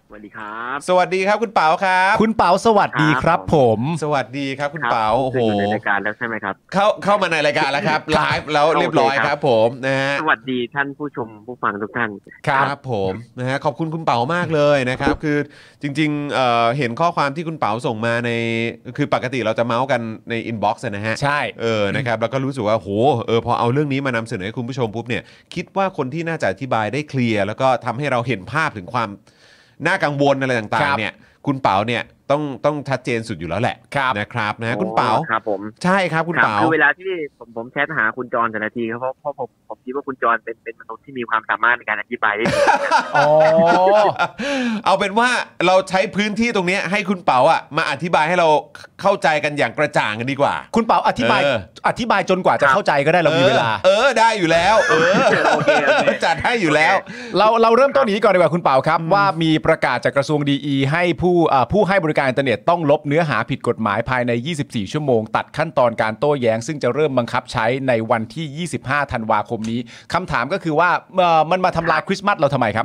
สวัสดีครับสวัสดีครับคุณเป๋าครับคุณเป๋าสวัสดีครับผมสวัสดีครับคุณเป๋าโอ้โหอยู่ในรายการแล้วใช่ไหมครับเข้ามาในรายการแล้วครับไลฟ์แล้วเรียบร้อยครับผมนะฮะสวัสดีท่านผู้ชมผู้ฟังทุกท่านครับผมนะฮะขอบคุณคุณเป๋ามากเลยนะครับคือจริงๆเห็นข้อความที่คุณเป๋าส่งมาในคือปกติเราจะเมาส์กันในอินบ็อกซ์นะฮะใช่นะครับแล้วก็รู้สึกว่าโหพอเอาเรื่องนี้มานำเสนอให้คุณผู้ชมปุ๊บเนี่ยคิดว่าคนที่น่าจะอธิบายได้เคลียร์แล้วก็ทำให้เราเห็นภาพถึงความน่ากังวลอะไรต่างๆเนี่ยคุณเป๋าเนี่ยต้องชัดเจนสุดอยู่แล้วแหละนะครับนะคุณเป๋าครับผมใช่ครับคุณเป๋าคือเวลาที่ผมแชทหาคุณจรแต่ละทีเพราะผมคิดว่าคุณจรเป็นมนุษย์ที่มีความสามารถในการอธิบายได้ดีอ๋อเอาเป็นว่าเราใช้พื้นที่ตรงนี้ให้คุณเป๋าอ่ะมาอธิบายให้เราเข้าใจกันอย่างกระจ่างกันดีกว่าคุณเป๋าอธิบายจนกว่าจะเข้าใจก็ได้เรามีเวลาได้อยู่แล้วโอเคจัดให้อยู่แล้วเราเริ่มต้นนี้ก่อนดีกว่าคุณเป๋าครับว่ามีประกาศจากกระทรวงดีให้ผู้ให้บริการอินเทอร์เน็ตต้องลบเนื้อหาผิดกฎหมายภายใน24ชั่วโมงตัดขั้นตอนการโต้แย้งซึ่งจะเริ่มบังคับใช้ในวันที่25ธันวาคมนี้คำถามก็คือว่ามันมาทำลายคริสต์มาสเราทำไมครับ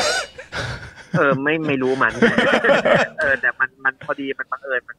ไม่รู้มันแต่มันพอดีมันบังเอิญ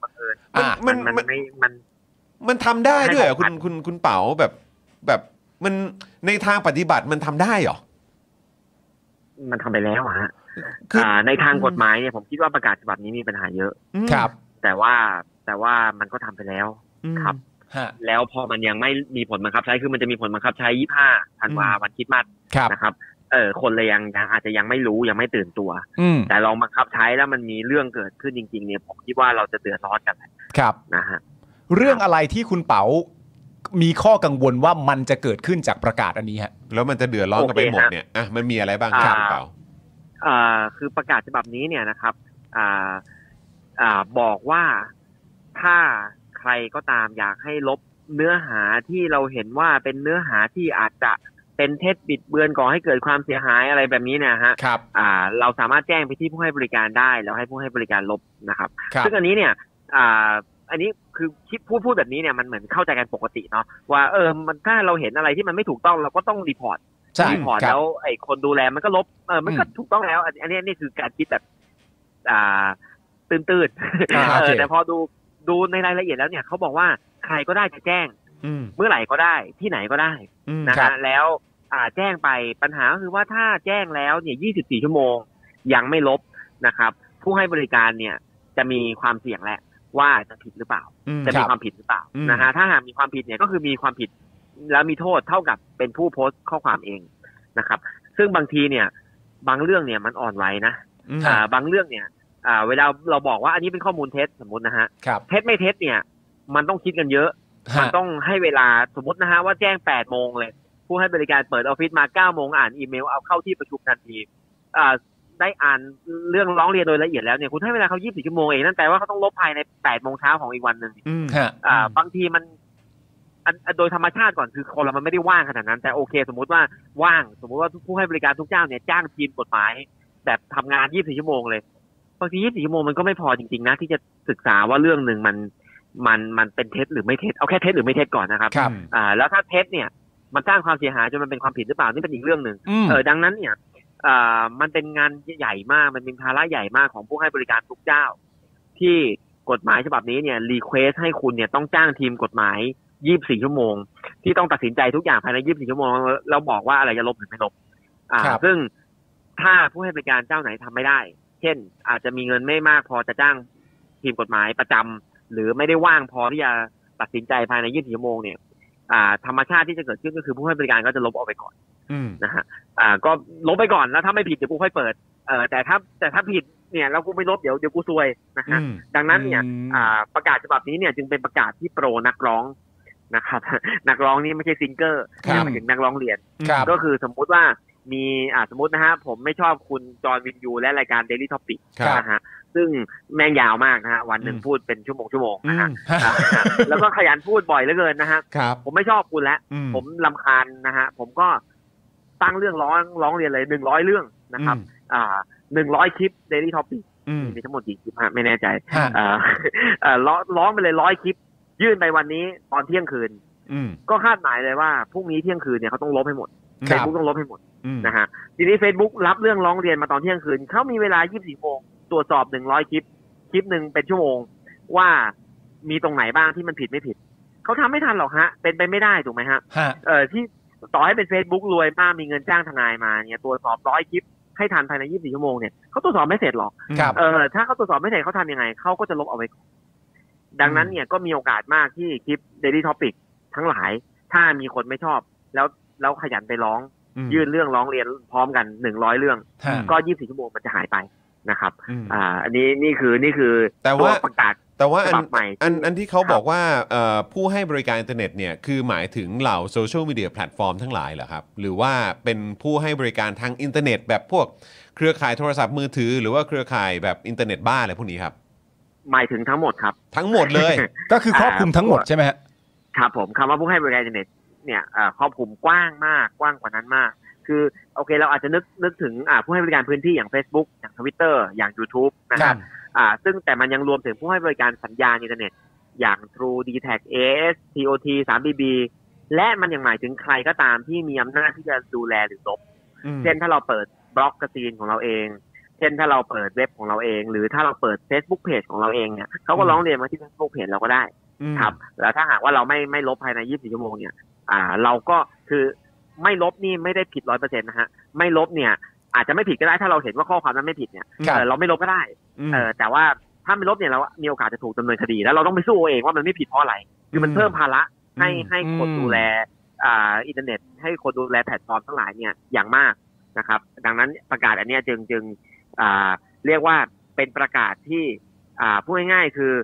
มันทำได้ด้วยคุณเป๋าแบบมันในทางปฏิบัติมันทำได้หรอมันทำไปแล้วฮะในทางกฎหมายเนี่ยผมคิดว่าประกาศฉบับนี้มีปัญหาเยอะครับแต่ว่ามันก็ทำไปแล้วครับแล้วพอมันยังไม่มีผลบังคับใช้คือมันจะมีผลบังคับใช้25ธันวาวันคริสต์มาสนะครับคนเลยยังอาจจะยังไม่รู้ยังไม่ตื่นตัวแต่ลองบังคับใช้แล้วมันมีเรื่องเกิดขึ้นจริงๆเนี่ยผมคิดว่าเราจะเดือดร้อนกันครับนะฮะเรื่องอะไรที่คุณเป๋ามีข้อกังวลว่ามันจะเกิดขึ้นจากประกาศอันนี้ฮะแล้วมันจะเดือดร้อนกันไปหมดเนี่ยมันมีอะไรบ้างครับคุณเป๋าคือประกาศฉบับนี้เนี่ยนะครับบอกว่าถ้าใครก็ตามอยากให้ลบเนื้อหาที่เราเห็นว่าเป็นเนื้อหาที่อาจจะเป็นเท็จบิดเบือนก่อให้เกิดความเสียหายอะไรแบบนี้เนี่ยฮะเราสามารถแจ้งไปที่ผู้ให้บริการได้แล้วให้ผู้ให้บริการลบนะครับซึ่งอันนี้เนี่ยอันนี้คือพูดแบบนี้เนี่ยมันเหมือนเข้าใจกันปกติเนาะว่ามันถ้าเราเห็นอะไรที่มันไม่ถูกต้องเราก็ต้องรีพอร์ตแล้วไอ้คนดูแลมันก็ลบมันก็ถูกต้องแล้วอันนี้คือการคิดแบบตื่นแต่พอดูในรายละเอียดแล้วเนี่ยเขาบอกว่าใครก็ได้จะแจ้งเมื่อไหร่ก็ได้ที่ไหนก็ได้นะฮะแล้วแจ้งไปปัญหาก็คือว่าถ้าแจ้งแล้วเนี่ย24ชั่วโมงยังไม่ลบนะครับผู้ให้บริการเนี่ยจะมีความเสี่ยงแหละว่าจะผิดหรือเปล่าจะมีความผิดหรือเปล่านะฮะถ้าหากมีความผิดเนี่ยก็คือมีความผิดแล้วมีโทษเท่ากับเป็นผู้โพสต์ข้อความเองนะครับซึ่งบางทีเนี่ยบางเรื่องเนี่ยมันอ่อนไหวนะบางเรื่องเนี่ยเวลาเราบอกว่าอันนี้เป็นข้อมูลเท็จสมมตินะฮะเท็จไม่เท็จเนี่ยมันต้องคิดกันเยอะมันต้องให้เวลาสมมตินะฮะว่าแจ้ง8 โมงเลยผู้ให้บริการเปิดออฟฟิศมา9 โมงอ่านอีเมลเอาเข้าที่ประชุมทันทีได้อ่านเรื่องร้องเรียนโดยละเอียดแล้วเนี่ยคุณให้เวลาเขา24ชั่วโมงเองนั่นแปลว่าเขาต้องลบภายใน8 โมงเช้าของอีกวันนึงบางทีมันโดยธรรมชาติก่อนคือคนเรามันไม่ได้ว่างขนาดนั้นแต่โอเคสมมุติว่าว่างสมมุติว่าผู้ให้บริการทุกเจ้าเนี่ยจ้างทีมกฎหมายแบบทำงาน24ชั่วโมงเลยบางที24ชั่วโมงมันก็ไม่พอจริงๆนะที่จะศึกษาว่าเรื่องนึงมันเป็นเท็จหรือไม่เท็จเอาแค่เท็จหรือไม่เท็จก่อนนะครับแล้วถ้าเท็จเนี่ยมันสร้างความเสียหายจนมันเป็นความผิดหรือเปล่านี่เป็นอีกเรื่องนึงดังนั้นเนี่ยมันเป็นงานใหญ่มากมันเป็นภาระใหญ่มากของผู้ให้บริการทุกเจ้าที่กฎหมายฉบับนี้เนี่ยรีเควสให้คุณเนี่ยต้องจ้างทีมกฎหมาย24ชั่วโมงที่ต้องตัดสินใจทุกอย่างภายใน24ชั่วโมงแล้วบอกว่าอะไรจะลบหรือไม่ลบซึ่งถ้าผู้ให้บริการเจ้าไหนทำไม่ได้เช่นอาจจะมีเงินไม่มากพอจะจ้างทีมกฎหมายประจำหรือไม่ได้ว่างพอที่จะตัดสินใจภายใน24ชั่วโมงเนี่ยธรรมชาติที่จะเกิดขึ้นก็คือผู้ให้บริการก็จะลบออกไปก่อนนะฮะก็ลบไปก่อนแล้วถ้าไม่ผิดเดี๋ยวกูค่อยเปิดแต่ถ้าผิดเนี่ยแล้วกูไม่ลบเดี๋ยวกูซวยนะฮะดังนั้นเนี่ยประกาศฉบับนี้เนี่ยจึงเป็นประกาศที่โปรนักร้องนะครับนักร้องนี่ไม่ใช่ซิงเกอร์หมายถึงนักร้องเรียนก็คือสมมุติว่ามีสมมตินะฮะผมไม่ชอบคุณจอห์นวินยูและรายการ Daily Topic นะฮะซึ่งแม่งยาวมากนะฮะวันหนึ่งพูดเป็นชั่วโมงนะฮะแล้วก็ขยันพูดบ่อยเหลือเกินนะฮะผมไม่ชอบคุณแล้วผมรำคาญนะฮะผมก็ตั้งเรื่องร้องเรียนเลย100เรื่องนะครับ100คลิป Daily Topic มีทั้งหมดกี่คลิปฮะไม่แน่ใจร้องไปเลย100คลิปยื่นไปวันนี้ตอนเที่ยงคืนก็คาดหมายเลยว่าพรุ่งนี้เที่ยงคืนเนี่ยเขาต้องลบให้หมดFacebookต้องลบให้หมดนะฮะทีนี้ Facebook รับเรื่องร้องเรียนมาตอนเที่ยงคืนเขามีเวลา24 ชั่วโมงตรวจสอบ100 คลิปนึงเป็นชั่วโมงว่ามีตรงไหนบ้างที่มันผิดไม่ผิดเขาทำไม่ทันหรอกฮะเป็นไปไม่ได้ถูกไหมฮะที่ต่อให้เป็น Facebook รวยมากมีเงินจ้างทนายมาเนี่ยตรวจสอบ100 คลิปให้ทันภายใน24 ชั่วโมงเนี่ยเขาตรวจสอบไม่เสร็จหรอกถ้าเขาตรวจสอบไม่เสร็จเขาทำยังไงเขาก็จะลบเอาไว้ดังนั้นเนี่ยก็มีโอกาสมากที่คลิป Daily Topic ทั้งหลายถ้ามีคนไม่ชอบแล้วขยันไปร้องยื่นเรื่องร้องเรียนพร้อมกัน100 เรื่องก็24 ชั่วโมงมันจะหายไปนะครับอันนี้นี่คือแต่ว่าประกาศอันที่เขาบอกว่าผู้ให้บริการอินเทอร์เน็ตเนี่ยคือหมายถึงเหล่าโซเชียลมีเดียแพลตฟอร์มทั้งหลายเหรอครับหรือว่าเป็นผู้ให้บริการทางอินเทอร์เน็ตแบบพวกเครือข่ายโทรศัพท์มือถือหรือว่าเครือข่ายแบบอินเทอร์เน็ตบ้าอะไรพวกนี้ครับหมายถึงทั้งหมดครับทั้งหมดเลยก็คือครอบคลุมทั้งหมดใช่ไหมฮะครับผมคำว่าผู้ให้บริการอินเทอร์เน็ตเนี่ยครอบคลุมกว้างมากกว้างกว่านั้นมากคือโอเคเราอาจจะนึกถึงผู้ให้บริการพื้นที่อย่าง Facebook อย่าง Twitter อย่าง YouTube นะครับซึ่งแต่มันยังรวมถึงผู้ให้บริการสัญญาณอินเทอร์เน็ตอย่าง True D-Tag AS TOT 3BB และมันยังหมายถึงใครก็ตามที่มีอำนาจที่จะดูแลหรือลบเช่นถ้าเราเปิดบล็อกกระซีนของเราเองเช่นถ้าเราเปิดเว็บของเราเองหรือถ้าเราเปิด Facebook Page ของเราเองเนี่ยเขาก็ร้องเรียนมาที่ Facebook Page เราก็ได้ครับแล้วถ้าหากว่าเราไม่ลบภายใน24 ชั่วโมงเนี่ยเราก็คือไม่ลบนี่ไม่ได้ผิด 100% นะฮะไม่ลบเนี่ยอาจจะไม่ผิดก็ได้ถ้าเราเห็นว่าข้อความนั้นไม่ผิดเนี่ยเราไม่ลบก็ได้แต่ว่าถ้าไม่ลบเนี่ยเรามีโอกาสจะถูกดำเนินคดีแล้วเราต้องไปสู้เองว่ามันไม่ผิดเพราะอะไรคือมันเพิ่มภาระให้คนดูแลอินเทอร์เน็ตให้คนดูแลแพลตฟอร์มทั้งหลายเนี่ยอย่างมากนะครับดังนั้นประกาศอันนี้จึงเรียกว่าเป็นประกาศที่พูดง่ายๆคือ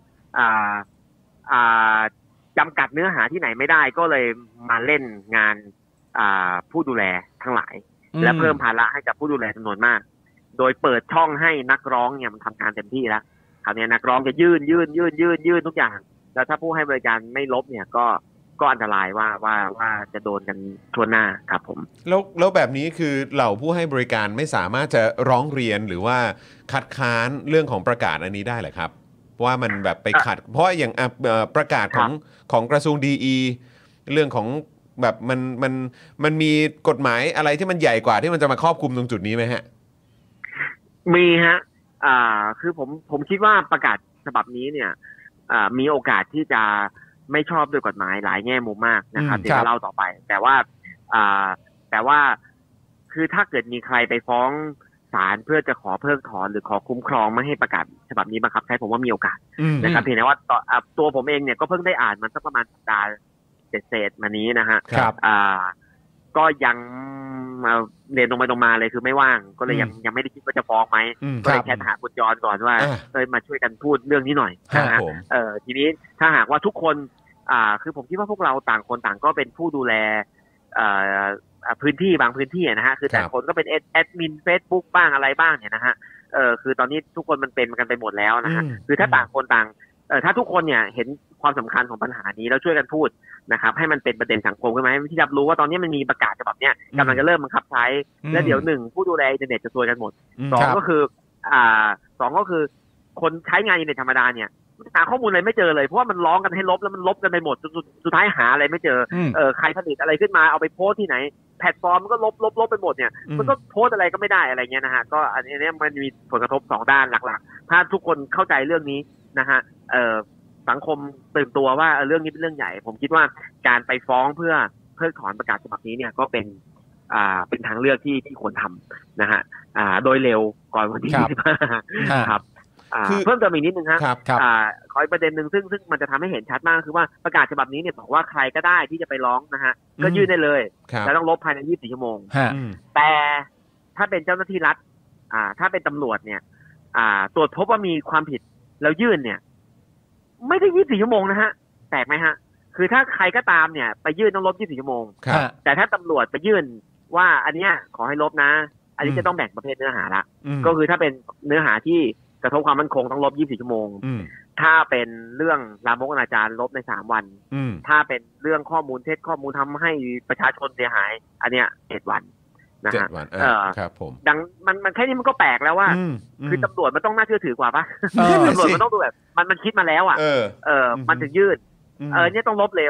จำกัดเนื้อหาที่ไหนไม่ได้ก็เลยมาเล่นงานผู้ดูแลทั้งหลายและเพิ่มภาระให้กับผู้ดูแลจำนวนมากโดยเปิดช่องให้นักร้องเนี่ยมันทำงานเต็มที่แล้วคราวนี้นักร้องจะยื่นทุกอย่างแล้วถ้าผู้ให้บริการไม่ลบเนี่ยก็อันตรายว่าจะโดนกันทั่วหน้าครับผมแล้วแบบนี้คือเหล่าผู้ให้บริการไม่สามารถจะร้องเรียนหรือว่าคัดค้านเรื่องของประกาศอันนี้ได้เหรอครับว่ามันแบบไปขัดเพราะอย่างประกาศของกระทรวงดีเรื่องของแบบมันมีกฎหมายอะไรที่มันใหญ่กว่าที่มันจะมาครอบคลุมตรงจุดนี้ไหมฮะมีฮะคือผมคิดว่าประกาศฉบับนี้เนี่ยมีโอกาสที่จะไม่ชอบด้วยกฎหมายหลายแง่มุมมากนะครับเดี๋ยวจะเล่าต่อไปแต่ว่าคือถ้าเกิดมีใครไปฟ้องศาลเพื่อจะขอเพิกถอนหรือขอคุ้มครองไม่ให้ประกาศฉบับนี้บังคับใช้ผมว่ามีโอกาสนะครับเพียงแต่ว่าตัวผมเองเนี่ยก็เพิ่งได้อ่านมันสักประมาณสัปดาห์เศษมานี้นะฮะก็ยังเรียนตรงไปตรงมาเลยคือไม่ว่างก็เลยยังไม่ได้คิดว่าจะฟ้องไหมก็เลยแค่ถามคุณจรก่อนว่ามาช่วยกันพูดเรื่องนี้หน่อยนะฮะทีนี้ถ้าหากว่าทุกคนคือผมคิดว่าพวกเราต่างคนต่างก็เป็นผู้ดูแลพื้นที่บางพื้นที่นะฮะคือแต่คนก็เป็นแอดมิน Facebook บ้างอะไรบ้างเนี่ยนะฮะคือตอนนี้ทุกคนมันเป็นกันไปหมดแล้วนะฮะคือถ้าต่างคนต่างถ้าทุกคนเนี่ยเห็นความสำคัญของปัญหานี้แล้วช่วยกันพูดนะครับให้มันเป็นประเด็นสังคมขึ้นมาให้ที่รับรู้ว่าตอนนี้มันมีประกาศฉบับเนี้ยกำลังจะเริ่มบังคับใช้และเดี๋ยว1ผู้ดูแลอินเทอร์เน็ตจะซวยกันหมด2ก็คือคนใช้งานอินเทอร์เน็ตธรรมดาเนี่ยหาข้อมูลอะไรไม่เจอเลยเพราะว่ามันร้องกันให้ลบแล้วมันลบกันไปหมดสุดท้ายหาอะไรไม่เจอใครผลิตอะไรขึ้นมาเอาไปโพสที่ไหนแพลตฟอร์มมันก็ลบไปหมดเนี่ยมันก็โพสอะไรก็ไม่ได้อะไรเงี้ยนะฮะก็อันนี้มันมีผลกระทบ2ด้านหลักๆถ้าทุกคนเข้าใจเรื่องนี้นะฮะสังคมตื่นตัวว่าเรื่องนี้เป็นเรื่องใหญ่ผมคิดว่าการไปฟ้องเพื่อเพิกถอนประกาศฉบับนี้เนี่ยก็เป็นทางเลือกที่ควรทำนะฮะโดยเร็วก่อนวันที่25ครับเพิ่มเติมอีกนิดนึงฮะขออีกประเด็นหนึ่งซึ่งมันจะทำให้เห็นชัดมากคือว่าประกาศฉบับนี้เนี่ยบอกว่าใครก็ได้ที่จะไปร้องนะฮะก็ยื่นได้เลยแล้วต้องลบภายใน24 ชั่วโมงแต่ถ้าเป็นเจ้าหน้าที่รัฐถ้าเป็นตำรวจเนี่ยตรวจพบว่ามีความผิดแล้วยื่นเนี่ยไม่ได้24 ชั่วโมงนะฮะแปลกไหมฮะคือถ้าใครก็ตามเนี่ยไปยื่นต้องลบ24 ชั่วโมงแต่ถ้าตำรวจไปยื่นว่าอันเนี้ยขอให้ลบนะอันนี้จะต้องแบ่งประเภทเนื้อหาละก็คือถ้าเป็นเนื้อหาที่กระทบความมั่นคงต้องลบ24 ชั่วโมงถ้าเป็นเรื่องลามกอนาจารลบใน3 วันถ้าเป็นเรื่องข้อมูลเท็จข้อมูลทำให้ประชาชนเสียหายอันเนี้ย7 วันนะฮะครับผมดังมันแค่นี้มันก็แปลกแล้วว่าคือตำรวจมันต้องน่าเชื่อถือกว่าปะตำรวจมันต้องดูแบบมันคิดมาแล้วอ่ะมันถึงยืดเนี่ยต้องลบเร็ว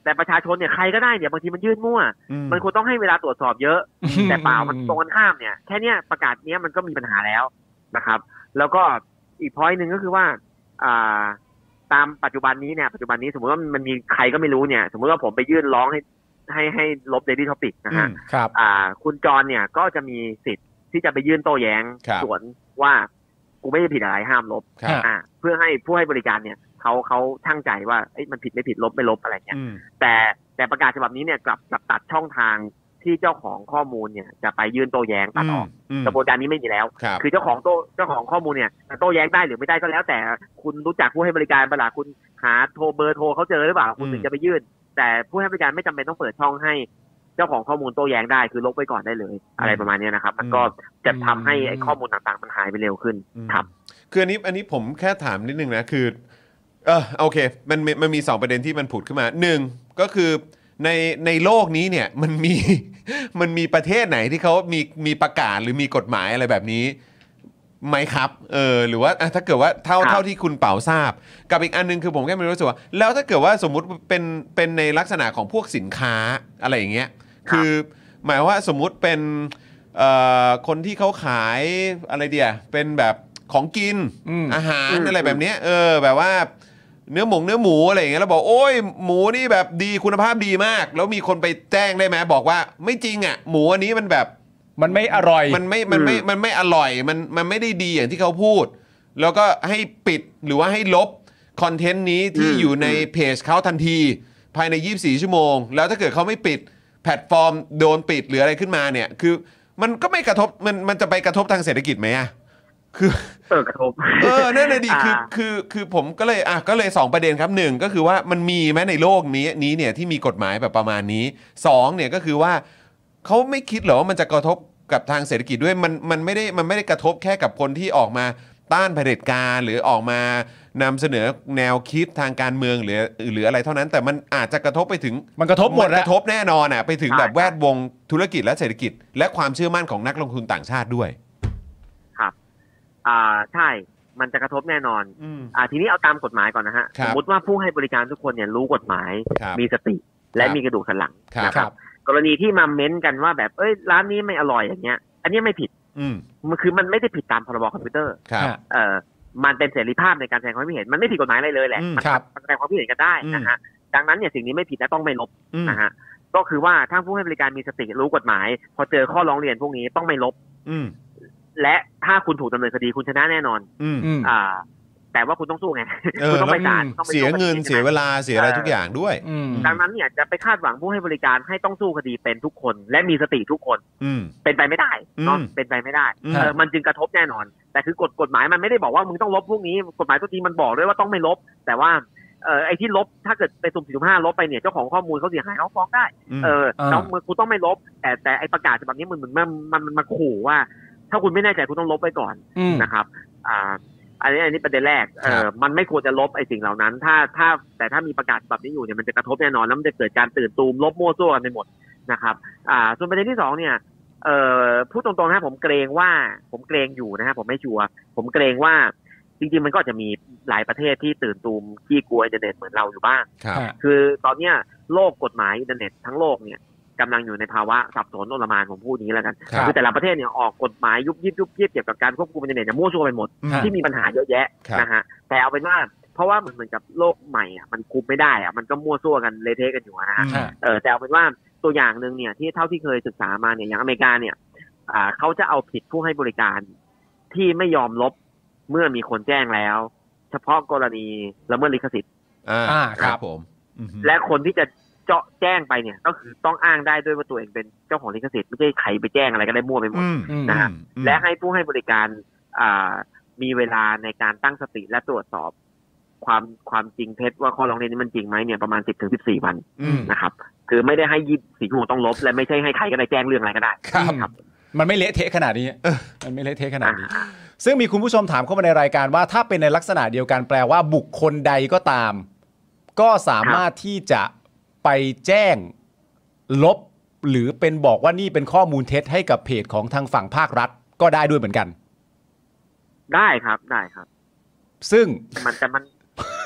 แต่ประชาชนเนี่ยใครก็ได้เนี่ยบางทีมันยื่นมั่วมันควรต้องให้เวลาตรวจสอบเยอะแต่เปล่ามันตรงกันข้ามเนี่ยแค่เนี้ยประกาศเนี้ยมันก็มีปัญหาแล้วนะครับแล้วก็อีก point นึงก็คือว่าตามปัจจุบันนี้สมมติว่ามันมีใครก็ไม่รู้เนี่ยสมมติว่าผมไปยื่นร้องให้ลบ Daily Topic นะฮะคุณจรเนี่ยก็จะมีสิทธิ์ที่จะไปยื่นโต้แย้งสวนว่ากูไม่ได้ผิดอะไรห้ามลบเพื่อให้ผู้ให้บริการเนี่ยเขาชั่งใจว่ามันผิดไม่ผิดลบไม่ลบอะไรเงี้ยแต่ประกาศฉบับนี้เนี่ยกลับตัดช่องทางที่เจ้าของข้อมูลเนี่ยจะไปยื่นโต้แย้งตัดออกกระบวนการนี้ไม่มีแล้วคือเจ้าของข้อมูลเนี่ยโต้แย้งได้หรือไม่ได้ก็แล้วแต่คุณรู้จักผู้ให้บริการเปล่าคุณหาเบอร์โทรเขาเจอหรือเปล่าคุณถึงจะไปยื่นแต่ผู้ให้บริการไม่จำเป็นต้องเปิดช่องให้เจ้าของข้อมูลโต้แย้งได้คือลบไว้ก่อนได้เลยอะไรประมาณนี้นะครับมันก็จะทำให้ข้อมูลต่างๆมันหายไปเร็วขึ้นครับคืออันนี้ผมแค่ถามนิดนึงนะคือโอเคมันมี2ประเด็นที่มันผุดขึ้นมา1ก็คือในโลกนี้เนี่ยมันมีประเทศไหนที่เขามีประกาศหรือมีกฎหมายอะไรแบบนี้ไหมครับหรือว่าถ้าเกิดว่าเท่าที่คุณเป๋าทราบกับอีกอันนึงคือผมแค่ไม่รู้สึกว่าแล้วถ้าเกิดว่าสมมุติเป็นในลักษณะของพวกสินค้าอะไรอย่างเงี้ยคือหมายว่าสมมุติเป็นคนที่เขาขายอะไรเดียเป็นแบบของกินอาหารอะไรแบบนี้แบบว่าเนื้อหมูอะไรอย่างเงี้ยแล้วบอกโอ้ยหมูนี่แบบดีคุณภาพดีมากแล้วมีคนไปแจ้งได้ไหมบอกว่าไม่จริงอ่ะหมูอันนี้มันแบบมันไม่อร่อยมันไม่อร่อยมันไม่ได้ดีอย่างที่เขาพูดแล้วก็ให้ปิดหรือว่าให้ลบคอนเทนต์นี้ที่อยู่ในเพจเขาทันทีภายใน24ชั่วโมงแล้วถ้าเกิดเขาไม่ปิดแพลตฟอร์มโดนปิดหรืออะไรขึ้นมาเนี่ยคือมันก็ไม่กระทบมันจะไปกระทบทางเศรษฐกิจไหมอ่ะคือกระทบนั่นเลยดิคือผมก็เลย2ประเด็นครับ1ก็คือว่ามันมีไหมในโลกนี้เนี่ยที่มีกฎหมายแบบประมาณนี้2เนี่ยก็คือว่าเขาไม่คิดหรอว่ามันจะกระทบกับทางเศรษฐกิจด้วยมันไม่ได้กระทบแค่กับคนที่ออกมาต้านเผด็จการหรือออกมานำเสนอแนวคิดทางการเมืองหรืออะไรเท่านั้นแต่มันอาจจะกระทบไปถึงมันกระทบหมดกระทบแน่นอนอ่ะไปถึงแบบแวดวงธุรกิจและเศรษฐกิจและความเชื่อมั่นของนักลงทุนต่างชาติด้วยครับใช่มันจะกระทบแน่นอนทีนี้เอาตามกฎหมายก่อนนะฮะสมมติว่าผู้ให้บริการทุกคนเนี่ยรู้กฎหมายมีสติและมีกระดูกสันหลังนะครับกรณีที่มาเม้นกันว่าแบบร้านนี้ไม่อร่อยอย่างเงี้ยอันนี้ไม่ผิดมันคือมันไม่ได้ผิดตามพรบคอมพิวเตอร์มันเป็นเสรีภาพในการแสดงความคิดเห็นมันไม่ผิดกฎหมายอะไรเลยแหละมันแสดงความคิดเห็นกันได้นะฮะดังนั้นเนี่ยสิ่งนี้ไม่ผิดและต้องไม่ลบนะฮะก็คือว่าถ้าผู้ให้บริการมีสติรู้กฎหมายพอเจอข้อร้องเรียนพวกนี้ต้องไม่ลบและถ้าคุณถูกดำเนินคดีคุณชนะแน่นอนแต่ว่าคุณต้องสู้ไงคุณต้องไปศาลเสียเงินเสียเวลาเสียอะไรทุกอย่างด้วยดังนั้นเนี่ยจะไปคาดหวังผู้ให้บริการให้ต้องสู้คดีเป็นทุกคนและมีสติทุกคนเป็นไปไม่ได้เนาะเป็นไปไม่ได้มันจึงกระทบแน่นอนแต่คือกฎหมายมันไม่ได้บอกว่ามึงต้องลบพวกนี้กฎหมายตัวทีมันบอกด้วยว่าต้องไม่ลบแต่ว่าไอ้ที่ลบถ้าเกิดไปสุ่ม4-5ลบไปเนี่ยเจ้าของข้อมูลเขาเสียหายเขาฟ้องได้แล้วคุณต้องไม่ลบแต่ไอ้ประกาศฉบับนี้มันมาขู่ว่าถ้าคุณไม่แน่ใจคุณต้องลบไปก่อนนะครับอันนี้ประเด็นแรกมันไม่ควรจะลบไอ้สิ่งเหล่านั้นแต่ถ้ามีประกาศแบบนี้อยู่เนี่ยมันจะกระทบแน่นอนแล้วมันจะเกิดการตื่นตูมลบมั่วซั่วกันไปหมดนะครับส่วนประเด็นที่2เนี่ยพูดตรงๆนะผมเกรงอยู่นะฮะผมไม่ชัวร์ผมเกรงว่าจริงๆมันก็จะมีหลายประเทศที่ตื่นตูมที่กลัวอินเทอร์เน็ตเหมือนเราอยู่บ้างคือตอนเนี้ยโลกกฎหมายอินเทอร์เน็ตทั้งโลกเนี่ยกำลังอยู่ในภาวะสับสนโอลหม่านผมพูดนี้แล้วกันคือแต่ละประเทศเนี่ยออกกฎหมายยุบยิบเกี่ยวกับการควบคุมอินเทอร์เน็ตมั่วซั่วไปหมดที่มีปัญหาเยอะแยะนะฮะแต่เอาเป็นว่าเพราะว่าเหมือนกับโลกใหม่อ่ะมันคุมไม่ได้อ่ะมันก็มั่วซั่วกันเละเทะกันอยู่นะฮะแต่เอาเป็นว่าตัวอย่างนึงเนี่ยที่เท่าที่เคยศึกษามาเนี่ยอย่างอเมริกาเนี่ยเขาจะเอาผิดผู้ให้บริการที่ไม่ยอมลบเมื่อมีคนแจ้งแล้วเฉพาะกรณีละเมิดลิขสิทธิ์ครับผมและคนที่จะแจ้งไปเนี่ยก็คือต้องอ้างได้ด้วยว่าตัวเองเป็นเจ้าของลิขสิทธิ์ไม่ใช่ใครไปแจ้งอะไรก็ได้มั่วไปหมดนะฮะและให้ผู้ให้บริการมีเวลาในการตั้งสติและตรวจสอบความจริงเท็จว่าข้อร้องเรียนนี้มันจริงไหมเนี่ยประมาณ 10-14 วันนะครับคือไม่ได้ให้24 ชั่วโมงต้องลบและไม่ใช่ให้ใครก็ได้แจ้งเรื่องอะไรก็ได้ครับมันไม่เละเทะขนาดนี้มันไม่เละเทะขนาดนี้ซึ่งมีคุณผู้ชมถามเข้ามาในรายการว่าถ้าเป็นในลักษณะเดียวกันแปลว่าบุคคลใดก็ตามก็สามารถที่จะไปแจ้งลบหรือเป็นบอกว่านี่เป็นข้อมูลเท็จให้กับเพจของทางฝั่งภาครัฐก็ได้ด้วยเหมือนกันได้ครับได้ครับซึ่งมัน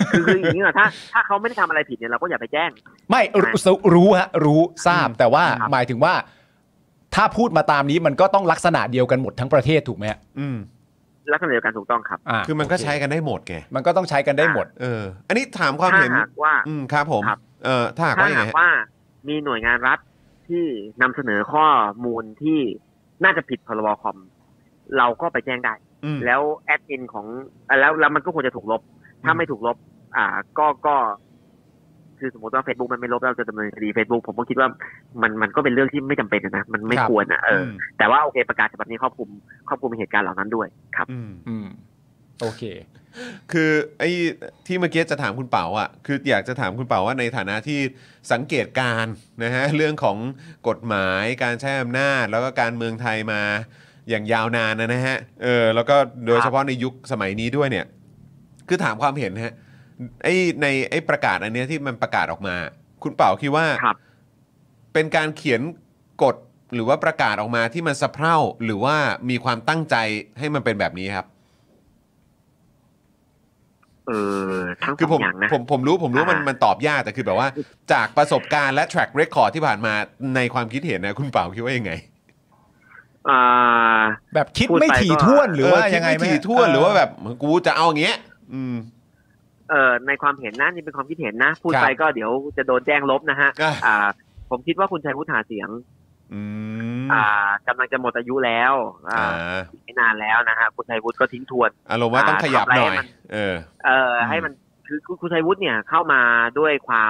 คืออย่างนี้เหรอถ้าเขาไม่ได้ทำอะไรผิดเนี่ยเราก็อย่าไปแจ้งไม่รู้ฮะรู้ทราบแต่ว่าหมายถึงว่าถ้าพูดมาตามนี้มันก็ต้องลักษณะเดียวกันหมดทั้งประเทศถูกไหมลักษณะเดียวกันถูกต้องครับคือมันก็ใช้กันได้หมดไงมันก็ต้องใช้กันได้หมดอันนี้ถามความเห็นว่าครับผมถ้าหากว่ามีหน่วยงานรัฐที่นำเสนอข้อมูลที่น่าจะผิดพรบคอมเราก็ไปแจ้งได้แล้วแอดมินของแล้วมันก็ควรจะถูกลบถ้าไม่ถูกลบก็คือสมมติว่า Facebook มันไม่ลบเราจะดำเนินคดี Facebook ผมก็คิดว่ามันก็เป็นเรื่องที่ไม่จำเป็นนะมันไม่ควรแต่ว่าโอเคประกาศฉบับนี้ครอบคลุมเหตุการณ์เหล่านั้นด้วยครับโอเคคือไอ้ที่เมื่อกี้จะถามคุณเป๋าอ่ะคืออยากจะถามคุณเป๋าว่าในฐานะที่สังเกตการนะฮะเรื่องของกฎหมายการใช้อำนาจแล้วก็การเมืองไทยมาอย่างยาวนานนะฮะแล้วก็โดยเฉพาะในยุคสมัยนี้ด้วยเนี่ยคือถามความเห็นฮะในประกาศอันนี้ที่มันประกาศออกมาคุณเป๋าคิดว่าเป็นการเขียนกฎหรือว่าประกาศออกมาที่มันสะเพร่าหรือว่ามีความตั้งใจให้มันเป็นแบบนี้ครับคือผมรู้มันตอบยากแต่คือแบบว่าจากประสบการณ์และ track record ที่ผ่านมาในความคิดเห็นนะคุณเป๋าคิดว่ายังไงแบบคิดไม่ถี่ถ้วนหรือว่ายังไงไม่ถี่ถ้วนหรือว่าแบบกูจะเอาอย่างเงี้ยในความเห็นนะนี่เป็นความคิดเห็นนะพูดไปก็เดี๋ยวจะโดนแจ้งลบนะฮะผมคิดว่าคุณชัยวุฒิหาเสียงกำลังจะหมดอายุแล้วไม่นานแล้วนะฮะคุณชัยวุฒิก็ทิ้งทวนอารมณ์ว่าต้องขยับหน่อยให้มันคือคุณชัยวุฒิเนี่ยเข้ามาด้วย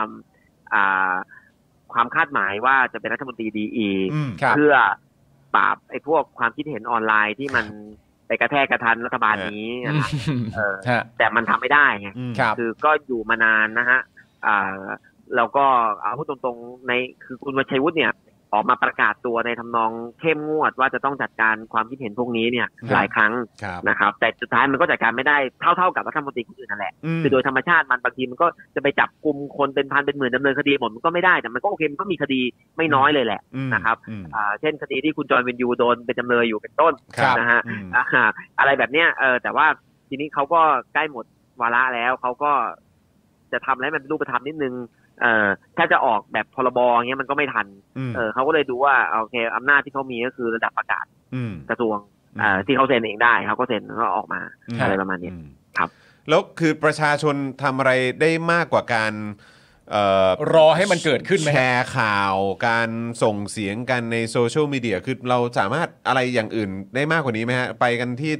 ความคาดหมายว่าจะเป็นรัฐมนตรีดีเพื่อปราบไอ้พวกความคิดเห็นออนไลน์ที่มันไปกระแทกกระทันรัฐบาลนี้แต่มันทำไม่ได้ไงคือก็อยู่มานานนะฮะแล้วก็เอาพูดตรงๆในคือคุณชัยวุฒิเนี่ยออกมาประกาศตัวในทำนองเข้มงวดว่าจะต้องจัดการความคิดเห็นพวกนี้เนี่ยหลายครั้งนะครับแต่สุดท้ายมันก็จัดการไม่ได้เท่ากับรัฐมนตรีคนอื่นนั่นแหละคือโดยธรรมชาติมันบางทีมันก็จะไปจับกลุ่มคนเป็นพันเป็นหมื่นดำเนินคดีหมดมันก็ไม่ได้แต่มันก็โอเคมันก็มีคดีไม่น้อยเลยแหละนะครับเช่นคดีที่คุณจอห์นวินยูโดนเป็นจำเลยอยู่เป็นต้นนะฮะอะไรแบบเนี้ยแต่ว่าทีนี้เขาก็ใกล้หมดวาระแล้วเขาก็จะทำให้มันเป็นรูปธรรมนิดนึงถ้าจะออกแบบพรบเงี้ยมันก็ไม่ทันเขาก็เลยดูว่าโอเคอำนาจที่เขามีก็คือระดับประกาศกระทรวงที่เขาเซ็นเองได้เขาก็เซ็นแล้วก็ออกมาอะไรประมาณนี้ครับแล้วคือประชาชนทำอะไรได้มากกว่าการรอให้มันเกิดขึ้นไหมแชร์ข่าวการส่งเสียงกันในโซเชียลมีเดียคือเราสามารถอะไรอย่างอื่นได้มากกว่านี้ไหมฮะไปกันที่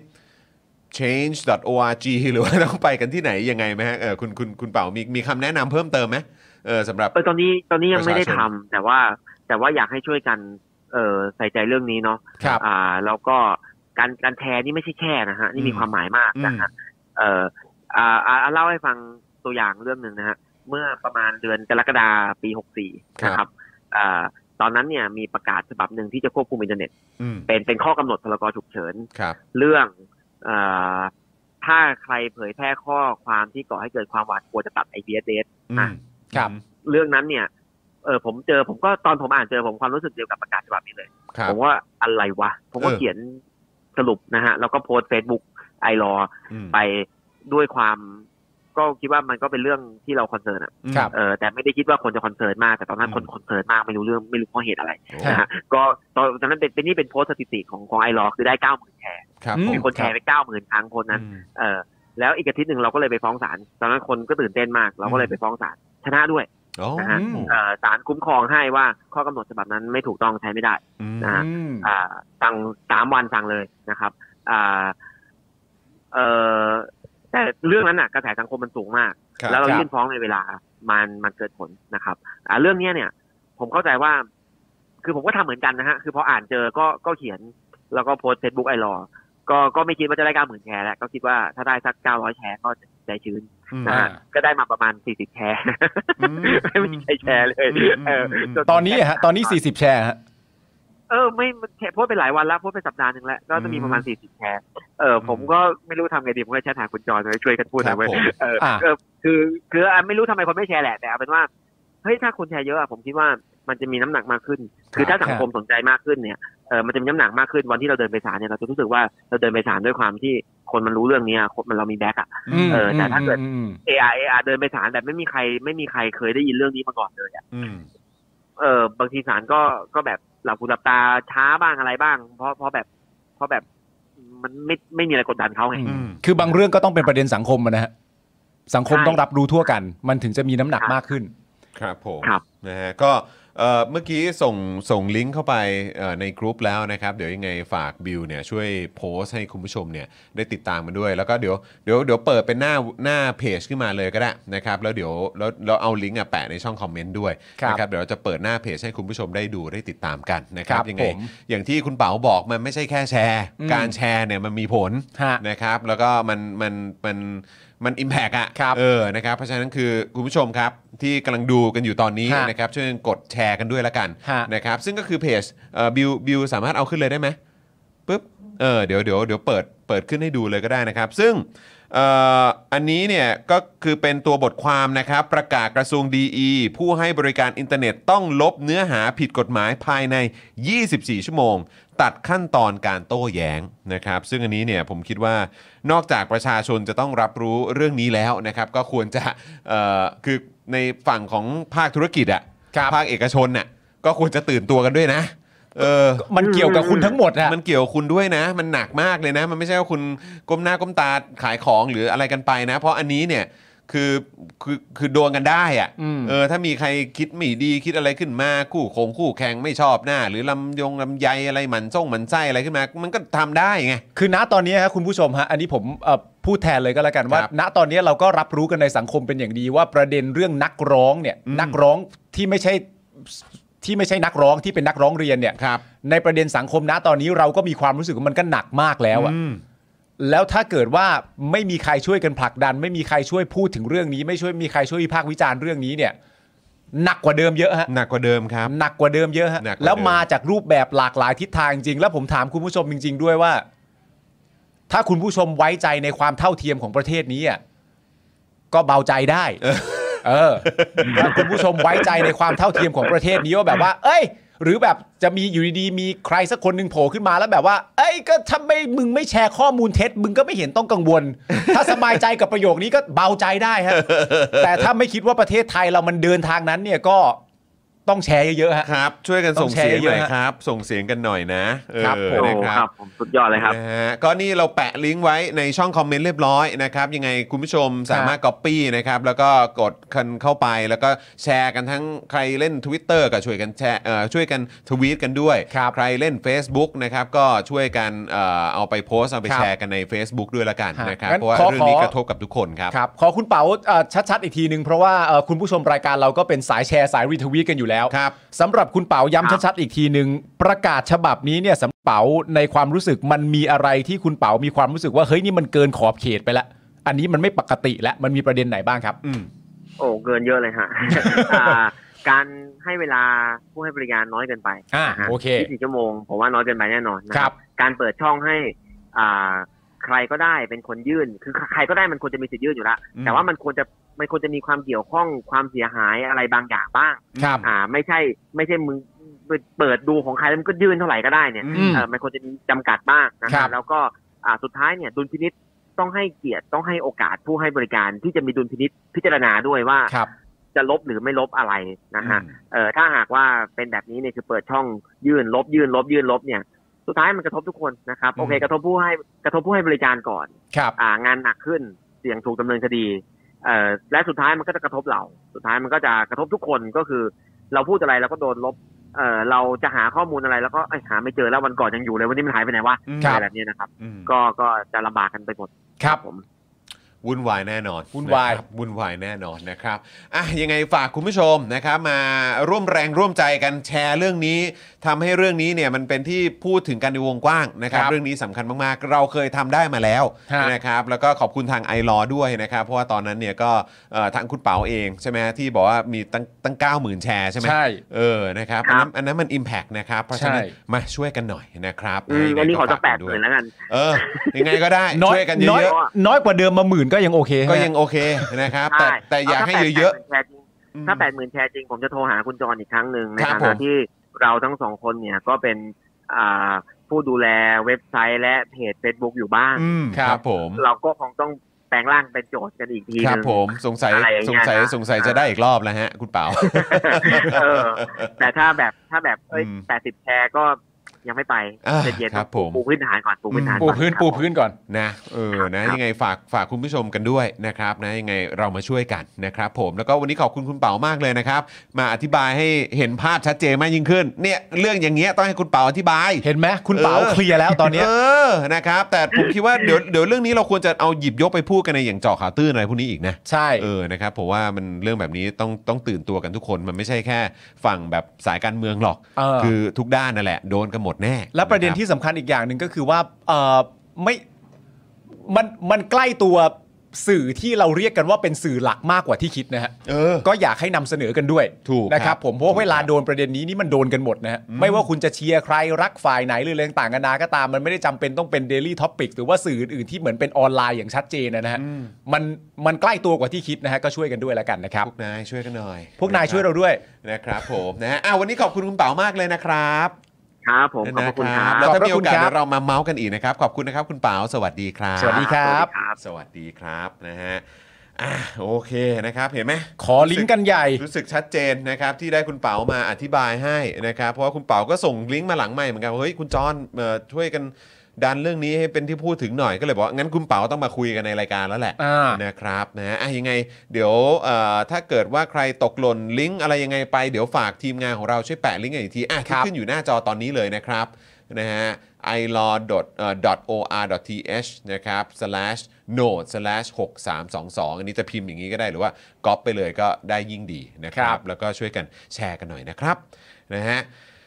change.org หรือว่าต้องไปกันที่ไหนยังไงไหมฮะคุณเป่ามีคำแนะนำเพิ่มเติมไหมสำหรับตอนนี้ยังไม่ได้ทำแต่ว่าอยากให้ช่วยกันใส่ใจเรื่องนี้เนาะแล้วก็การแชร์นี่ไม่ใช่แค่นะฮะนี่มีความหมายมากนะฮะเล่าให้ฟังตัวอย่างเรื่องนึงนะฮะเมื่อประมาณเดือนกรกฎาคมปี64นะครับตอนนั้นเนี่ยมีประกาศฉบับหนึ่งที่จะควบคุมอินเทอร์เน็ตเป็นข้อกำหนดพรกฉุกเฉินเรื่องถ้าใครเผยแพร่ข้อความที่ก่อให้เกิดความหวาดกลัวจะตัด IP address ครับเรื่องนั้นเนี่ยผมก็ตอนผมอ่านเจอผมความรู้สึกเดียวกับประกาศฉบับนี้เลยผมว่าอะไรวะผมก็เขียนสรุปนะฮะแล้วก็โพสต์ Facebook ไอรอไปด้วยความก็คิดว่ามันก็เป็นเรื่องที่เราคอนเซิร์นแต่ไม่ได้คิดว่าคนจะคอนเซิร์นมากแต่ตอนนั้นคนคอนเซิร์นมากไม่รู้เพราะเหตุอะไรนะฮะก็ตอนนั้นเป็นโพสต์สถิติของไอรอคือได้ 90,000 แชร์มีคนแชร์ไป 90,000 ครั้งคนนั้นแล้วอีกอาทิตย์นึงเราก็เลยไปฟ้องศาลตอนนั้นคนก็ตื่นเต้นมากเราก็เลยไปฟ้องศาลชนะด้วยนะฮะศาลคุ้มครองให้ว่าข้อกำหนดฉบับนั้นไม่ถูกต้องใช้ไม่ได้นะฮะสั่ง3 วันสั่งเลยนะครับแต่เรื่องนั้นน่ะกระแสสังคมมันสูงมากแล้วเรายื่นฟ้องในเวลามันเกิดผลนะครับเรื่องนี้เนี่ยผมเข้าใจว่าคือผมก็ทำเหมือนกันนะฮะคือพออ่านเจอก็เขียนแล้วก็โพสต์ Facebook ไอรอก็ไม่คิดว่าจะได้ 90,000 แชร์แล้วก็คิดว่าถ้าได้สัก900 แชร์ก็จะใจชื้นนะฮะก็ได้มาประมาณ40 แชร์ไม่มีใครแชร์เลยตอนนี้ฮะตอนนี้40 แชร์ฮะไม่โพสต์ไปหลายวันแล้วโพสต์ไปสัปดาห์นึงแล้วก็จะมีประมาณ40 แชร์ผมก็ไม่รู้ทำไงดีผมก็แชร์ถามคุณจอห์นช่วยกันพูดหน่อยเว้ยคือไม่รู้ทำไมคนไม่แชร์แหละแต่เอาเป็นว่าเฮ้ยถ้าคนแชร์เยอะผมคิดว่ามันจะมีน้ำหนักมากขึ้นคือถ้าสังคมสนใจมากขึ้นเนี่ยมันจะมีน้ำหนักมากขึ้นวันที่เราเดินไปศาลเนี่ยเราจะรู้สึกว่าเราเดินไปศาลด้วยความที่คนมันรู้เรื่องนี้คนมันเรามีแบ็คแต่ถ้าเกิดAR เดินไปศาลแบบไม่มีใครเคยได้ยินเรื่องนี้มาก่อนเลยบางทีศาลก็แบบหลับหูหลับตาช้าบ้างอะไรบ้างเพราะแบบมันไม่มีอะไรกดดันเขาไงคือบางเรื่องก็ต้องเป็นประเด็นสังคมนะฮะสังคมต้องรับรู้ทั่วกันมันถึงจะมีน้ำหนักมากขึ้นครับผมนะฮะก็เมื่อกี้ส่งลิงก์เข้าไปในกลุ่มแล้วนะครับเดี๋ยวยังไงฝากบิวเนี่ยช่วยโพสต์ให้คุณผู้ชมเนี่ยได้ติดตามมันด้วยแล้วก็เดี๋ยวเปิดเป็นหน้าเพจขึ้นมาเลยก็ได้นะครับแล้วเดี๋ยวเราเอาลิงก์แปะในช่องคอมเมนต์ด้วยนะครับเดี๋ยวเราจะเปิดหน้าเพจให้คุณผู้ชมได้ดูได้ติดตามกันนะครับยังไงอย่างที่คุณเป๋าบอกมันไม่ใช่แค่แชร์การแชร์เนี่ยมันมีผลนะครับแล้วก็มัน impact นะครับเพราะฉะนั้นคือคุณผู้ชมครับที่กำลังดูกันอยู่ตอนนี้นะครับช่วยกดแชร์กันด้วยละกันนะครับซึ่งก็คือเพจบิวสามารถเอาขึ้นเลยได้ไหมปึ๊บเดี๋ยวเปิดขึ้นให้ดูเลยก็ได้นะครับซึ่งอันนี้เนี่ยก็คือเป็นตัวบทความนะครับประกาศกระทรวงดีผู้ให้บริการอินเทอร์เน็ตต้องลบเนื้อหาผิดกฎหมายภายใน24ชั่วโมงตัดขั้นตอนการโต้แย้งนะครับซึ่งอันนี้เนี่ยผมคิดว่านอกจากประชาชนจะต้องรับรู้เรื่องนี้แล้วนะครับก็ควรจะคือในฝั่งของภาคธุรกิจภาคเอกชนน่ะก็ควรจะตื่นตัวกันด้วยนะมันเกี่ยวกับคุณทั้งหมดอะมันเกี่ยวกับคุณด้วยนะมันหนักมากเลยนะมันไม่ใช่ว่าคุณก้มหน้าก้มตาขายของหรืออะไรกันไปนะเพราะอันนี้เนี่ยคือโดนกันได้อ่ะถ้ามีใครคิดไม่ดีคิดอะไรขึ้นมาคู่แข่งไม่ชอบหน้าหรือลำไยอะไรหมันไส้อะไรขึ้นมามันก็ทำได้ไงคือณตอนนี้ครับคุณผู้ชมฮะอันนี้ผมพูดแทนเลยก็แล้วกันว่าณตอนนี้เราก็รับรู้กันในสังคมเป็นอย่างดีว่าประเด็นเรื่องนักร้องเนี่ยนักร้องที่ไม่ใช่นักร้องที่เป็นนักร้องเรียนเนี่ยในประเด็นสังคมณตอนนี้เราก็มีความรู้สึกว่ามันก็หนักมากแล้วอ่ะแล้วถ้าเกิดว่าไม่มีใครช่วยกันผลักดันไม่มีใครช่วยพูดถึงเรื่องนี้ไม่มีใครช่วยวิพากษ์วิจารณ์เรื่องนี้เนี่ยหนักกว่าเดิมเยอะฮะหนักกว่าเดิมครับหนักกว่าเดิมเยอะฮะแล้วมาจากรูปแบบหลากหลายทิศทางจริงแล้วผมถามคุณผู้ชมจริงๆด้วยว่าถ้าคุณผู้ชมไว้ใจในความเท่าเทียมของประเทศนี้อ่ะก็เบาใจได้ถ้าคุณผู้ชมไว้ใจในความเท่าเทียมของประเทศนี้ว่าแบบว่าเอ้ยหรือแบบจะมีอยู่ดีๆมีใครสักคนหนึ่งโผล่ขึ้นมาแล้วแบบว่าเอ้ยก็ถ้ามึงไม่แชร์ข้อมูลเท็จมึงก็ไม่เห็นต้องกังวลถ้าสบายใจกับประโยคนี้ก็เบาใจได้ฮะแต่ถ้าไม่คิดว่าประเทศไทยเรามันเดินทางนั้นเนี่ยก็ต้องแชร์เยอะๆครับช่วยกันส่งเสียงหน่อยครับส่งเสียงกันหน่อยนะครับครับผมสุดยอดเลยครับก็นี่เราแปะลิงก์ไว้ในช่องคอมเมนต์เรียบร้อยนะครับยังไงคุณผู้ชมสามารถ copy นะครับแล้วก็กดกันเข้าไปแล้วก็แชร์กันทั้งใครเล่น Twitter ก็ช่วยกันแชร์ช่วยกันทวีตกันด้วยใครเล่น Facebook นะครับก็ช่วยกันเอาไปโพสต์เอาไปแชร์กันใน Facebook ด้วยละกันนะครับเพราะว่าเรื่องนี้กระทบกับทุกคนครับขอคุณเป๋าชัดๆอีกทีนึงเพราะว่าคุณผู้ชมรายการเราก็เป็นสายแชร์สายรีทวีตกันอยู่แล้วสำหรับคุณเป๋าย้ำชัดๆอีกทีนึงประกาศฉบับนี้เนี่ยสำหรับเป๋าในความรู้สึกมันมีอะไรที่คุณเป๋ามีความรู้สึกว่าเฮ้ยนี่มันเกินขอบเขตไปแล้วอันนี้มันไม่ปกติแล้วมันมีประเด็นไหนบ้างครับเกินเยอะเลยฮะ การให้เวลาผู้ให้บริการน้อยเกินไปโอเค 24ชั่วโมงผมว่าน้อยเกินไปแน่นอนนะครับการเปิดช่องให้ใครก็ได้เป็นคนยื่นคือใครก็ได้มันควรจะมีสิทธิ์ยื่นอยู่แล้วแต่ว่ามันควรจะมีความเกี่ยวข้องความเสียหายอะไรบางอย่างบ้างไม่ใช่มึงเปิดดูของใครแล้วมันก็ยื่นเท่าไหร่ก็ได้เนี่ยมันควรจะมีจำกัดบ้างนะครับแล้วก็สุดท้ายเนี่ยดุลพินิจต้องให้เกียรติต้องให้โอกาสผู้ให้บริการที่จะมีดุลพินิจพิจารณาด้วยว่าจะลบหรือไม่ลบอะไรนะฮะถ้าหากว่าเป็นแบบนี้เนี่ยคือเปิดช่องยื่นลบเนี่ยสุดท้ายมันกระทบทุกคนนะครับโอเคกระทบผู้ให้บริการก่อนงานหนักขึ้นเสี่ยงถูกดำเนินคดีและสุดท้ายมันก็จะกระทบเราสุดท้ายมันก็จะกระทบทุกคนก็คือเราพูดอะไรเราก็โดนลบเราจะหาข้อมูลอะไรแล้วก็หาไม่เจอแล้ววันก่อนยังอยู่เลยวันนี้มันหายไปไหนวะอะไรแบบนี้นะครับก็จะลำบากกันไปหมดครับผมวุ่นวายแน่นอนวุ่นวายแน่นอนนะครับยังไงฝากคุณผู้ชมนะครับมาร่วมแรงร่วมใจกันแชร์เรื่องนี้ทำให้เรื่องนี้เนี่ยมันเป็นที่พูดถึงกันในวงกว้างนะครับเรื่องนี้สำคัญมากๆเราเคยทำได้มาแล้วนะครับแล้วก็ขอบคุณทางไอลอด้วยนะครับเพราะว่าตอนนั้นเนี่ยก็ทางคุณเป๋าเองใช่ไหมที่บอกว่ามีตั้ง 90,000 แชร์ใช่ไหมนะครับอันนั้นมัน impact นะครับเพราะฉะนั้นมาช่วยกันหน่อยนะครับอันนี้ขอจะ8เลยแล้วกันยังไงก็ได้ช่วยกันเยอะๆน้อยกว่าเดิมมา10,000ก็ยังโอเคนะครับแต่อยากให้เยอะๆถ้า 80,000 แชร์จริงผมจะโทรหาคุณจรอีกครั้งนึงในฐานะที่เราทั้ง2คนเนี่ยก็เป็นผู้ดูแลเว็บไซต์และเพจ Facebook อยู่บ้างครับผมเราก็คงต้องแปลงร่างเป็นโจทย์กันอีกทีนึงครับผมสงสัยจะได้อีกรอบแล้วฮะคุณเปาแต่ถ้าแบบ80แชร์ก็ยังไม่ไปเย็นๆปูพื้นฐานก่อนปูพื้นก่อนนะนะยังไงฝากคุณผู้ชมกันด้วยนะครับนะยังไงเรามาช่วยกันนะครับผมแล้วก็วันนี้ขอบคุณคุณเปามากเลยนะครับมาอธิบายให้เห็นภาพชัดเจนมากยิ่งขึ้นเนี่ยเรื่องอย่างเงี้ยต้องให้คุณเปาอธิบายเห็นไหมคุณเปาเคลียร์แล้วตอนนี้นะครับแต่ผมคิดว่าเดี๋ยวเรื่องนี้เราควรจะเอาหยิบยกไปพูดกันในอย่างเจาะข่าวตื้นอะไรพวกนี้อีกนะใช่นะครับผมว่ามันเรื่องแบบนี้ต้องตื่นตัวกันทุกคนมันไม่ใช่แค่ฝั่งแบบสายการเมืองหรอกคือทุกด้านนั่นแหละโดนกันหมดแน่และประเด็นที่สำคัญอีกอย่างหนึ่งก็คือว่าไม่มันใกล้ตัวสื่อที่เราเรียกกันว่าเป็นสื่อหลักมากกว่าที่คิดนะฮะก็อยากให้นำเสนอกันด้วยนะครับผมเพราะว่าเวลาโดนประเด็นนี้นี่มันโดนกันหมดนะฮะไม่ว่าคุณจะเชียร์ใครรักฝ่ายไหนหรืออะไรต่างกันานาก็ตามมันไม่ได้จำเป็นต้องเป็น Daily Topic หรือว่าสื่ออื่นๆที่เหมือนเป็นออนไลน์อย่างชัดเจนนะฮะมันใกล้ตัวกว่าที่คิดนะฮะก็ช่วยกันด้วยแล้วกันนะครับพวกนายช่วยกันหน่อยพวกนายช่วยเราด้วยนะครับผมนะฮะวันนี้ขอบคุณคุณเป๋ามากเลยนะครับครับผมขอบคุณครับแล้วถ้ามีโอกาสเรามาเมาส์กันอีกนะครับขอบคุณนะครับคุณเป๋าสวัสดีครับสวัสดีครับสวัสดีครับนะฮะโอเคนะครับเห็นไหมขอลิงก์กันใหญ่รู้สึกชัดเจนนะครับที่ได้คุณเป๋ามาอธิบายให้นะครับเพราะว่าคุณเป๋าก็ส่งลิงก์มาหลังใหม่เหมือนกันเฮ้ยคุณจอนช่วยกันดันเรื่องนี้ให้เป็นที่พูดถึงหน่อยก็เลยบอกงั้นคุณเป๋าต้องมาคุยกันในรายการแล้วแหละนะครับนะยังไงเดี๋ยวถ้าเกิดว่าใครตกหล่นลิงก์อะไรยังไงไปเดี๋ยวฝากทีมงานของเราช่วยแปะลิงก์อีกทีที่ขึ้นอยู่หน้าจอตอนนี้เลยนะครับนะฮะ ilaw.or.th นะครับ /note/6322 อันนี้จะพิมพ์อย่างนี้ก็ได้หรือว่าก๊อปไปเลยก็ได้ยิ่งดีนะครับแล้วก็ช่วยกันแชร์กันหน่อยนะครับนะฮะ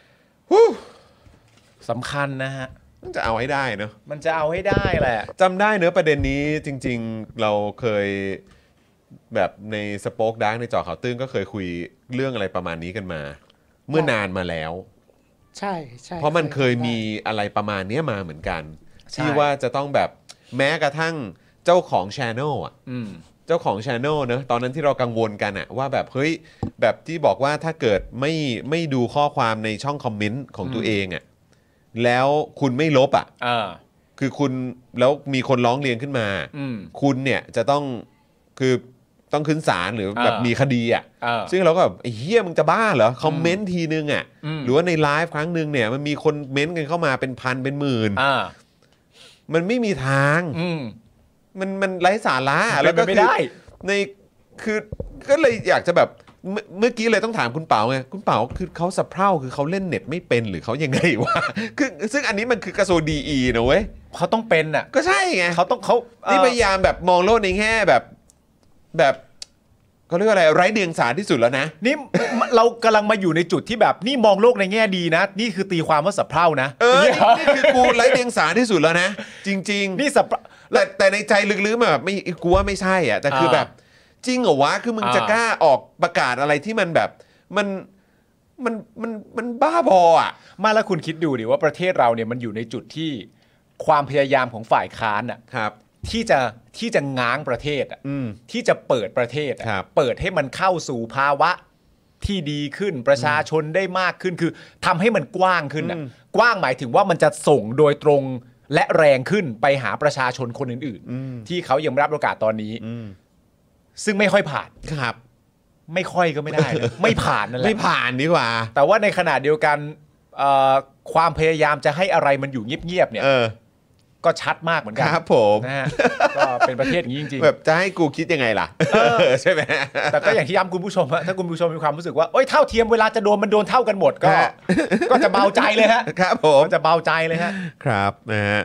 สำคัญนะฮะมันจะเอาให้ได้เนอะมันจะเอาให้ได้แหละจำได้เนอะประเด็นนี้จริงๆเราเคยแบบในสป็อคดักในเจาะข่าวตื้นก็เคยคุยเรื่องอะไรประมาณนี้กันมาเมื่อนานมาแล้วใช่เพราะมันเคยมีอะไรประมาณนี้มาเหมือนกันที่ว่าจะต้องแบบแม้กระทั่งเจ้าของ Channel อ่ะเจ้าของ Channel เนอะตอนนั้นที่เรากังวลกันอะว่าแบบเฮ้ยแบบที่บอกว่าถ้าเกิดไม่ดูข้อความในช่องคอมเมนต์ของตัวเองอะแล้วคุณไม่ลบอ่ะคือคุณแล้วมีคนร้องเรียนขึ้นมาคุณเนี่ยจะต้องคือต้องขึ้นศาลหรือแบบมีคดีอ่ะซึ่งเราก็แบบไอ้เหี้ยมึงจะบ้าเหรอคอมเมนต์ทีนึงอ่ะหรือว่าในไลฟ์ครั้งนึงเนี่ยมันมีคนเม้นต์กันเข้ามาเป็นพันเป็นหมื่นมันไม่มีทางมันไร้สาระแล้วก็คือในคือก็เลยอยากจะแบบเมื่อกี้เลยต้องถามคุณเป๋าไงคุณเป๋าคือเขาสะเพร่าคือเขาเล่นเน็ตไม่เป็นหรือเขายังไงวะคือซึ่งอันนี้มันคือกระทรวงดีนะเว้ยเขาต้องเป็นอ่ะก็ใช่ไงเขานี่พยายามแบบมองโลกในแง่แบบเขาเรียกว่าอะไรไร้เดียงสาที่สุดแล้วนะนี่เรากำลังมาอยู่ในจุดที่แบบนี่มองโลกในแง่ดีนะนี่คือตีความว่าสะเพร่านะนี่คือกูไร้เดียงสาที่สุดแล้วนะจริงๆนี่แต่ในใจลึกๆแบบไม่กูว่าไม่ใช่อ่ะแต่คือแบบจริงเหรอวะคือมึงจะกล้าออกประกาศอะไรที่มันแบบมันบ้าบออ่ะมาแล้วคุณคิดดูดิว่าประเทศเราเนี่ยมันอยู่ในจุดที่ความพยายามของฝ่ายค้านอ่ะที่จะง้างประเทศอ่ะที่จะเปิดประเทศเปิดให้มันเข้าสู่ภาวะที่ดีขึ้นประชาชนได้มากขึ้นคือทำให้มันกว้างขึ้นอ่ะกว้างหมายถึงว่ามันจะส่งโดยตรงและแรงขึ้นไปหาประชาชนคนอื่นๆที่เขายังไม่รับโอกาสตอนนี้ซึ่งไม่ค่อยผ่านครับไม่ค่อยก็ไม่ได้เลยไม่ผ่านนั่นแหละไม่ผ่านดีกว่าแต่ว่าในขณะเดียวกันความพยายามจะให้อะไรมันอยู่เงียบๆเนี่ยก็ชัดมากเหมือนกันครับผมนะฮะก็เป็นประเทศอย่างนี้จริงๆแบบจะให้กูคิดยังไงล่ะใช่ไหมแต่ก็อย่างที่ย้ำคุณผู้ชมฮะถ้าคุณผู้ชมมีความรู้สึกว่าโอ๊ยเท่าเทียมเวลาจะโดนมันโดนเท่ากันหมดก็จะเบาใจเลยฮะครับผมจะเบาใจเลยฮะครับนะฮะ